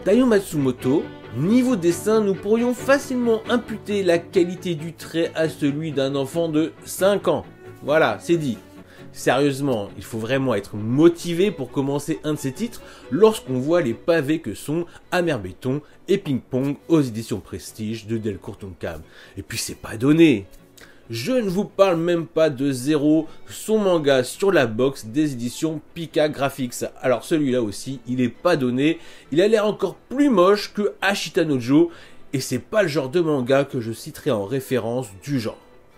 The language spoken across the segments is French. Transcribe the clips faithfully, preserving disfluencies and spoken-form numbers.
Taiyo Matsumoto, niveau dessin, nous pourrions facilement imputer la qualité du trait à celui d'un enfant de cinq ans. Voilà, c'est dit. Sérieusement, il faut vraiment être motivé pour commencer un de ces titres lorsqu'on voit les pavés que sont Amer Béton et Ping Pong aux éditions Prestige de Delcourt Tonkam. Et puis c'est pas donné. Je ne vous parle même pas de Zero, son manga sur la box des éditions Pika Graphics. Alors celui-là aussi, il est pas donné, il a l'air encore plus moche que Ashita no Joe, et c'est pas le genre de manga que je citerai en référence du genre.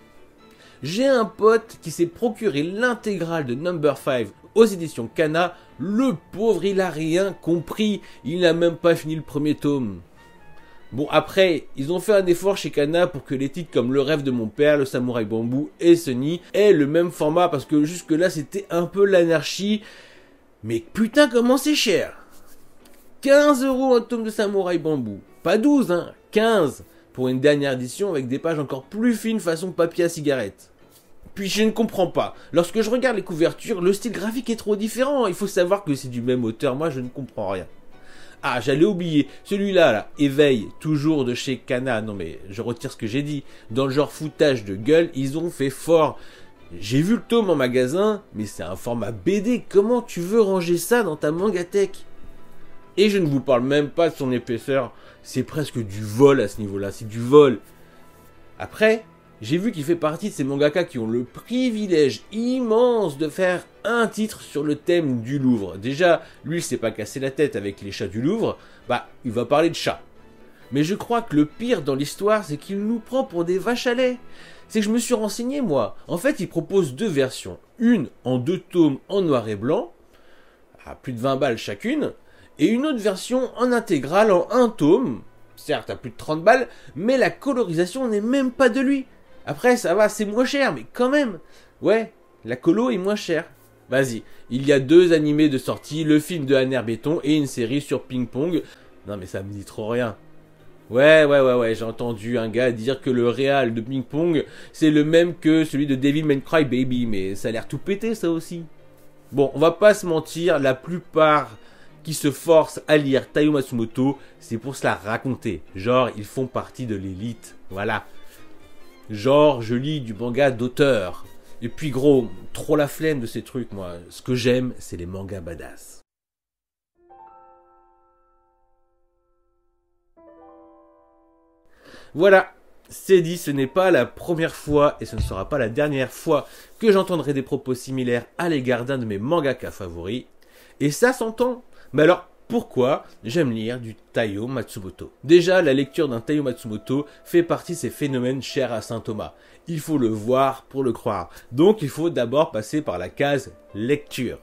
J'ai un pote qui s'est procuré l'intégrale de Number cinq aux éditions Kana, le pauvre il a rien compris, il n'a même pas fini le premier tome. Bon après, ils ont fait un effort chez Kana pour que les titres comme Le Rêve de mon père, Le Samouraï Bambou et Sunny aient le même format parce que jusque là c'était un peu l'anarchie. Mais putain comment c'est cher! quinze euros un tome de Samouraï Bambou. Pas douze hein, quinze pour une dernière édition avec des pages encore plus fines façon papier à cigarette. Puis je ne comprends pas. Lorsque je regarde les couvertures, le style graphique est trop différent. Il faut savoir que c'est du même auteur, moi je ne comprends rien. Ah, j'allais oublier, celui-là, là, Éveil, toujours de chez Kana. Non mais, je retire ce que j'ai dit. Dans le genre foutage de gueule, ils ont fait fort. J'ai vu le tome en magasin, mais c'est un format B D. Comment tu veux ranger ça dans ta mangatech? Et je ne vous parle même pas de son épaisseur. C'est presque du vol à ce niveau-là, c'est du vol. Après, j'ai vu qu'il fait partie de ces mangaka qui ont le privilège immense de faire un titre sur le thème du Louvre. Déjà, lui, il s'est pas cassé la tête avec les chats du Louvre, bah, il va parler de chats. Mais je crois que le pire dans l'histoire, c'est qu'il nous prend pour des vaches à lait. C'est que je me suis renseigné, moi. En fait, il propose deux versions. Une en deux tomes en noir et blanc, à plus de vingt balles chacune, et une autre version en intégrale en un tome, certes à plus de trente balles, mais la colorisation n'est même pas de lui. Après, ça va, c'est moins cher, mais quand même. Ouais, la colo est moins chère. Vas-y, il y a deux animés de sortie, le film de Amer Béton et une série sur Ping Pong. Non mais ça me dit trop rien. Ouais, ouais, ouais, ouais, j'ai entendu un gars dire que le réal de Ping Pong, c'est le même que celui de Devil May Cry Baby, mais ça a l'air tout pété ça aussi. Bon, on va pas se mentir, la plupart qui se forcent à lire Taiyo Matsumoto, c'est pour se la raconter. Genre, ils font partie de l'élite, voilà. Genre, je lis du manga d'auteur. Et puis gros, trop la flemme de ces trucs, moi. Ce que j'aime, c'est les mangas badass. Voilà, c'est dit, ce n'est pas la première fois, et ce ne sera pas la dernière fois, que j'entendrai des propos similaires à l'égard d'un de mes mangakas favoris. Et ça s'entend. Mais alors, pourquoi j'aime lire du Taiyo Matsumoto? Déjà, la lecture d'un Taiyo Matsumoto fait partie de ces phénomènes chers à saint Thomas. Il faut le voir pour le croire. Donc, il faut d'abord passer par la case lecture.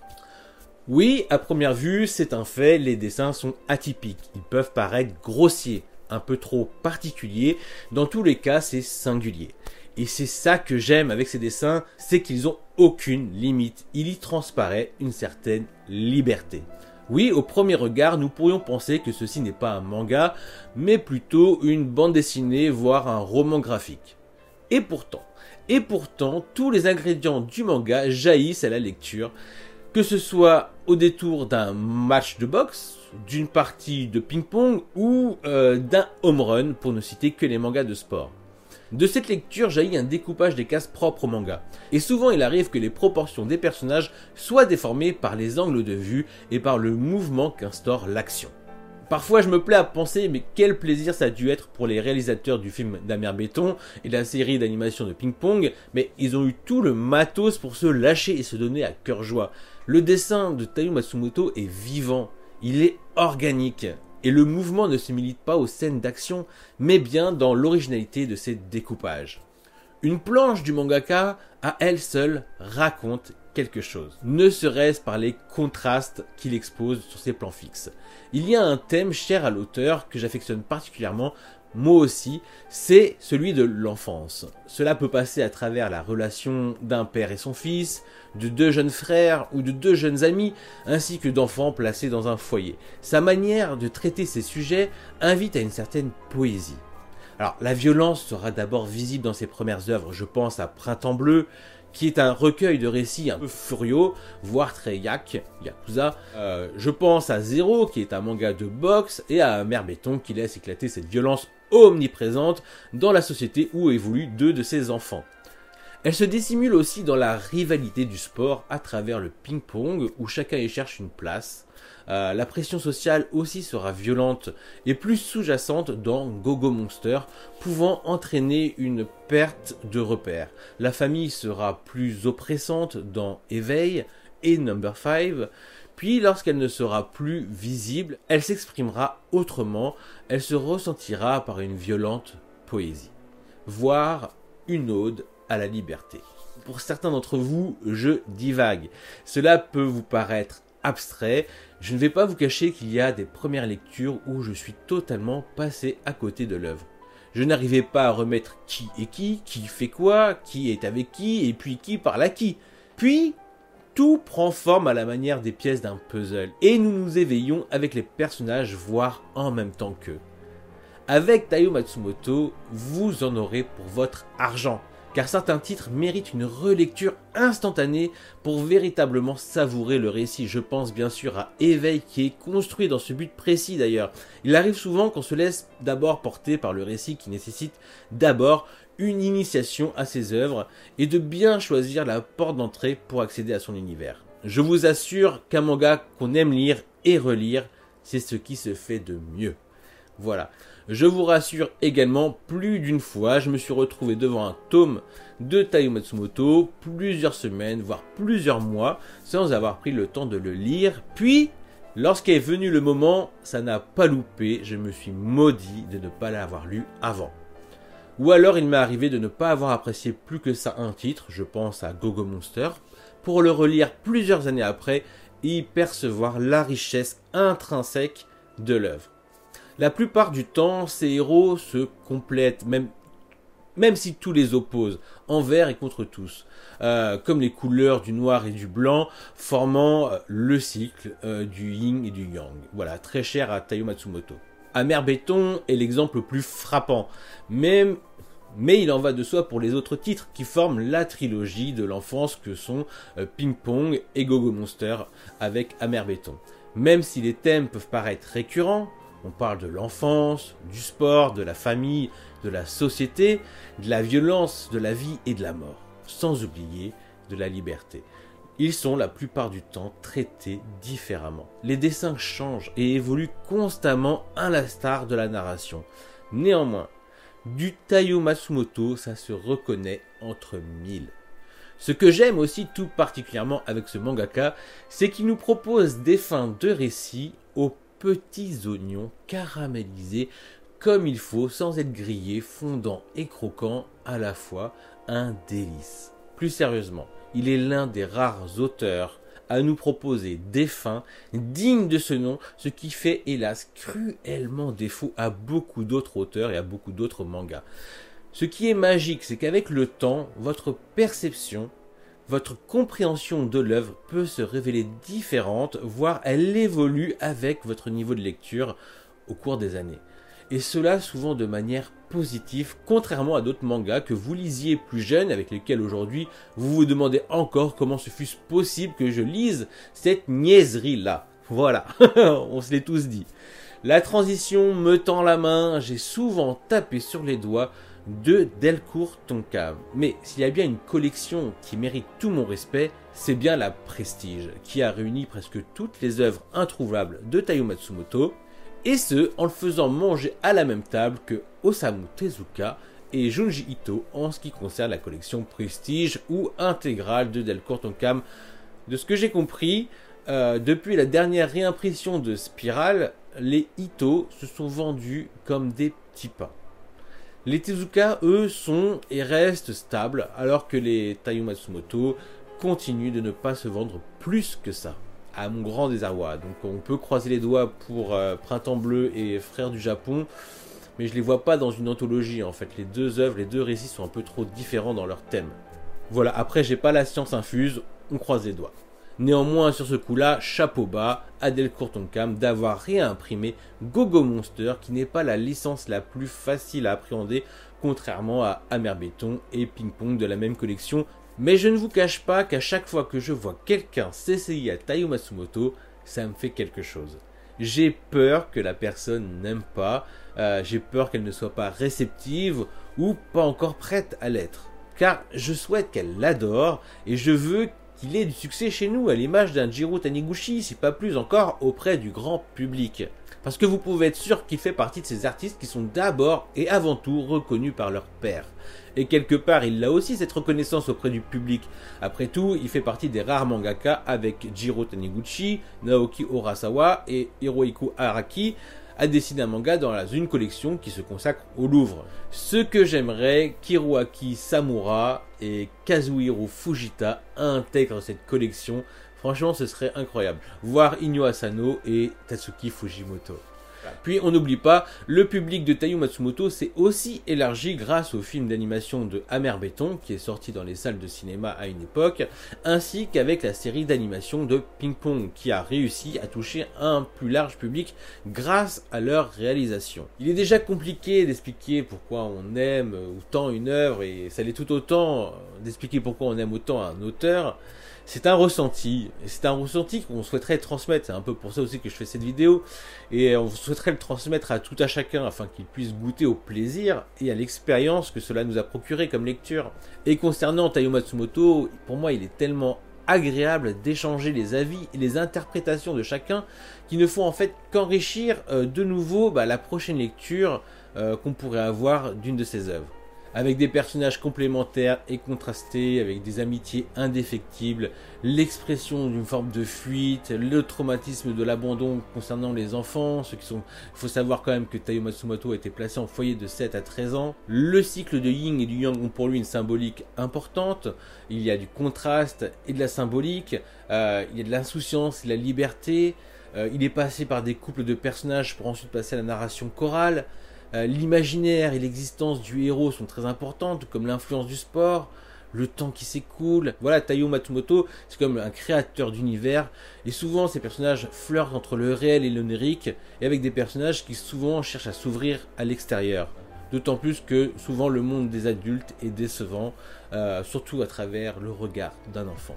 Oui, à première vue, c'est un fait, les dessins sont atypiques. Ils peuvent paraître grossiers, un peu trop particuliers. Dans tous les cas, c'est singulier. Et c'est ça que j'aime avec ces dessins, c'est qu'ils ont aucune limite. Il y transparaît une certaine liberté. Oui, au premier regard, nous pourrions penser que ceci n'est pas un manga, mais plutôt une bande dessinée, voire un roman graphique. Et pourtant, et pourtant, tous les ingrédients du manga jaillissent à la lecture, que ce soit au détour d'un match de boxe, d'une partie de ping-pong ou euh, d'un home run, pour ne citer que les mangas de sport. De cette lecture jaillit un découpage des cases propres au manga. Et souvent il arrive que les proportions des personnages soient déformées par les angles de vue et par le mouvement qu'instaure l'action. Parfois je me plais à penser mais quel plaisir ça a dû être pour les réalisateurs du film d'Amer Béton et de la série d'animation de Ping Pong, mais ils ont eu tout le matos pour se lâcher et se donner à cœur joie. Le dessin de Taiyo Matsumoto est vivant, il est organique. Et le mouvement ne se limite pas aux scènes d'action, mais bien dans l'originalité de ses découpages. Une planche du mangaka, à elle seule, raconte quelque chose, ne serait-ce par les contrastes qu'il expose sur ses plans fixes. Il y a un thème cher à l'auteur que j'affectionne particulièrement, moi aussi, c'est celui de l'enfance. Cela peut passer à travers la relation d'un père et son fils, de deux jeunes frères ou de deux jeunes amis, ainsi que d'enfants placés dans un foyer. Sa manière de traiter ces sujets invite à une certaine poésie. Alors, la violence sera d'abord visible dans ses premières œuvres, je pense à Printemps bleu, qui est un recueil de récits un peu furieux, voire très yak, yakuza. Euh, je pense à Zero, qui est un manga de boxe, et à Mère Béton, qui laisse éclater cette violence omniprésente dans la société où évoluent deux de ses enfants. Elle se dissimule aussi dans la rivalité du sport à travers le ping-pong, où chacun y cherche une place. Euh, la pression sociale aussi sera violente et plus sous-jacente dans Go-Go Monster, pouvant entraîner une perte de repères. La famille sera plus oppressante dans Éveil et Number cinq, puis lorsqu'elle ne sera plus visible, elle s'exprimera autrement, elle se ressentira par une violente poésie, voire une ode à la liberté. Pour certains d'entre vous, je divague. Cela peut vous paraître abstrait. Je ne vais pas vous cacher qu'il y a des premières lectures où je suis totalement passé à côté de l'œuvre. Je n'arrivais pas à remettre qui est qui, qui fait quoi, qui est avec qui, et puis qui parle à qui. Puis, tout prend forme à la manière des pièces d'un puzzle, et nous nous éveillons avec les personnages, voire en même temps qu'eux. Avec Taiyo Matsumoto, vous en aurez pour votre argent, car certains titres méritent une relecture instantanée pour véritablement savourer le récit. Je pense bien sûr à Éveil, qui est construit dans ce but précis d'ailleurs. Il arrive souvent qu'on se laisse d'abord porter par le récit qui nécessite d'abord une initiation à ses œuvres et de bien choisir la porte d'entrée pour accéder à son univers. Je vous assure qu'un manga qu'on aime lire et relire, c'est ce qui se fait de mieux. Voilà. Je vous rassure également, plus d'une fois, je me suis retrouvé devant un tome de Taiyo Matsumoto, plusieurs semaines, voire plusieurs mois, sans avoir pris le temps de le lire. Puis, lorsqu'est venu le moment, ça n'a pas loupé, je me suis maudit de ne pas l'avoir lu avant. Ou alors il m'est arrivé de ne pas avoir apprécié plus que ça un titre, je pense à Go-Go Monster, pour le relire plusieurs années après et y percevoir la richesse intrinsèque de l'œuvre. La plupart du temps, ces héros se complètent, même, même si tous les opposent, envers et contre tous, euh, comme les couleurs du noir et du blanc, formant euh, le cycle euh, du yin et du yang. Voilà, très cher à Taiyo Matsumoto. Mère Béton est l'exemple le plus frappant, même, mais il en va de soi pour les autres titres qui forment la trilogie de l'enfance que sont euh, Ping Pong et Go-Go Monster avec Mère Béton. Même si les thèmes peuvent paraître récurrents, on parle de l'enfance, du sport, de la famille, de la société, de la violence, de la vie et de la mort, sans oublier de la liberté. Ils sont la plupart du temps traités différemment. Les dessins changent et évoluent constamment à l'instar de la narration. Néanmoins, du Taiyo Matsumoto, ça se reconnaît entre mille. Ce que j'aime aussi tout particulièrement avec ce mangaka, c'est qu'il nous propose des fins de récit aux petits oignons caramélisés comme il faut, sans être grillés, fondants et croquants à la fois, un délice. Plus sérieusement, il est l'un des rares auteurs à nous proposer des fins dignes de ce nom, ce qui fait hélas cruellement défaut à beaucoup d'autres auteurs et à beaucoup d'autres mangas. Ce qui est magique, c'est qu'avec le temps, votre perception, votre compréhension de l'œuvre peut se révéler différente, voire elle évolue avec votre niveau de lecture au cours des années. Et cela souvent de manière positive, contrairement à d'autres mangas que vous lisiez plus jeunes, avec lesquels aujourd'hui vous vous demandez encore comment ce fût possible que je lise cette niaiserie-là. Voilà, on se l'est tous dit. La transition me tend la main, j'ai souvent tapé sur les doigts de Delcourt Tonkam. Mais s'il y a bien une collection qui mérite tout mon respect, c'est bien la Prestige, qui a réuni presque toutes les œuvres introuvables de Taiyo Matsumoto, et ce, en le faisant manger à la même table que Osamu Tezuka et Junji Ito en ce qui concerne la collection Prestige ou intégrale de Delcourt Tonkam. De ce que j'ai compris, euh, depuis la dernière réimpression de Spiral, les Ito se sont vendus comme des petits pains. Les Tezuka, eux, sont et restent stables, alors que les Taiyo Matsumoto continuent de ne pas se vendre plus que ça, à mon grand désarroi. Donc on peut croiser les doigts pour euh, Printemps Bleu et Frères du Japon, mais je les vois pas dans une anthologie en fait. Les deux œuvres, les deux récits sont un peu trop différents dans leur thème. Voilà, après j'ai pas la science infuse, on croise les doigts. Néanmoins, sur ce coup-là, chapeau bas à Delcourt Tonkam d'avoir réimprimé Go-Go Monster, qui n'est pas la licence la plus facile à appréhender, contrairement à Mère Béton et Ping Pong de la même collection Mais je ne vous cache pas qu'à chaque fois que je vois quelqu'un s'essayer à Taiyo Matsumoto, ça me fait quelque chose. J'ai peur que la personne n'aime pas, euh, j'ai peur qu'elle ne soit pas réceptive ou pas encore prête à l'être. Car je souhaite qu'elle l'adore et je veux qu'il ait du succès chez nous, à l'image d'un Jiro Taniguchi, si pas plus encore auprès du grand public. Parce que vous pouvez être sûr qu'il fait partie de ces artistes qui sont d'abord et avant tout reconnus par leur père. Et quelque part, il a aussi cette reconnaissance auprès du public. Après tout, il fait partie des rares mangaka avec Jiro Taniguchi, Naoki Urasawa et Hirohiko Araki à dessiner un manga dans une collection qui se consacre au Louvre. Ce que j'aimerais qu'Hiroaki Samura et Kazuhiro Fujita intègrent cette collection. Franchement, ce serait incroyable. Voir Inyo Asano et Tatsuki Fujimoto. Puis on n'oublie pas, le public de Taiyo Matsumoto s'est aussi élargi grâce au film d'animation de Amer Béton, qui est sorti dans les salles de cinéma à une époque, ainsi qu'avec la série d'animation de Ping Pong, qui a réussi à toucher un plus large public grâce à leur réalisation. Il est déjà compliqué d'expliquer pourquoi on aime autant une œuvre, et ça l'est tout autant d'expliquer pourquoi on aime autant un auteur. C'est un ressenti, c'est un ressenti qu'on souhaiterait transmettre, c'est un peu pour ça aussi que je fais cette vidéo, et on souhaiterait le transmettre à tout à chacun afin qu'il puisse goûter au plaisir et à l'expérience que cela nous a procuré comme lecture. Et concernant Taiyo Matsumoto, pour moi il est tellement agréable d'échanger les avis et les interprétations de chacun qui ne font en fait qu'enrichir euh, de nouveau bah, la prochaine lecture euh, qu'on pourrait avoir d'une de ses œuvres. Avec des personnages complémentaires et contrastés, avec des amitiés indéfectibles, l'expression d'une forme de fuite, le traumatisme de l'abandon concernant les enfants, ceux qui sont... Il faut savoir quand même que Taiyo Matsumoto a été placé en foyer de sept à treize ans. Le cycle de Yin et du Yang ont pour lui une symbolique importante. Il y a du contraste et de la symbolique, euh, il y a de l'insouciance et de la liberté. Euh, il est passé par des couples de personnages pour ensuite passer à la narration chorale. Euh, L'imaginaire et l'existence du héros sont très importantes, comme l'influence du sport, le temps qui s'écoule. Voilà, Taiyo Matsumoto, c'est comme un créateur d'univers, et souvent ces personnages flirtent entre le réel et l'onirique, et avec des personnages qui souvent cherchent à s'ouvrir à l'extérieur. D'autant plus que souvent le monde des adultes est décevant, euh, surtout à travers le regard d'un enfant.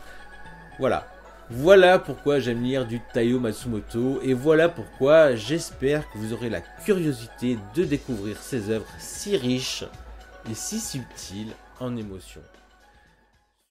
Voilà. Voilà pourquoi j'aime lire du Taiyo Matsumoto et voilà pourquoi j'espère que vous aurez la curiosité de découvrir ces œuvres si riches et si subtiles en émotions.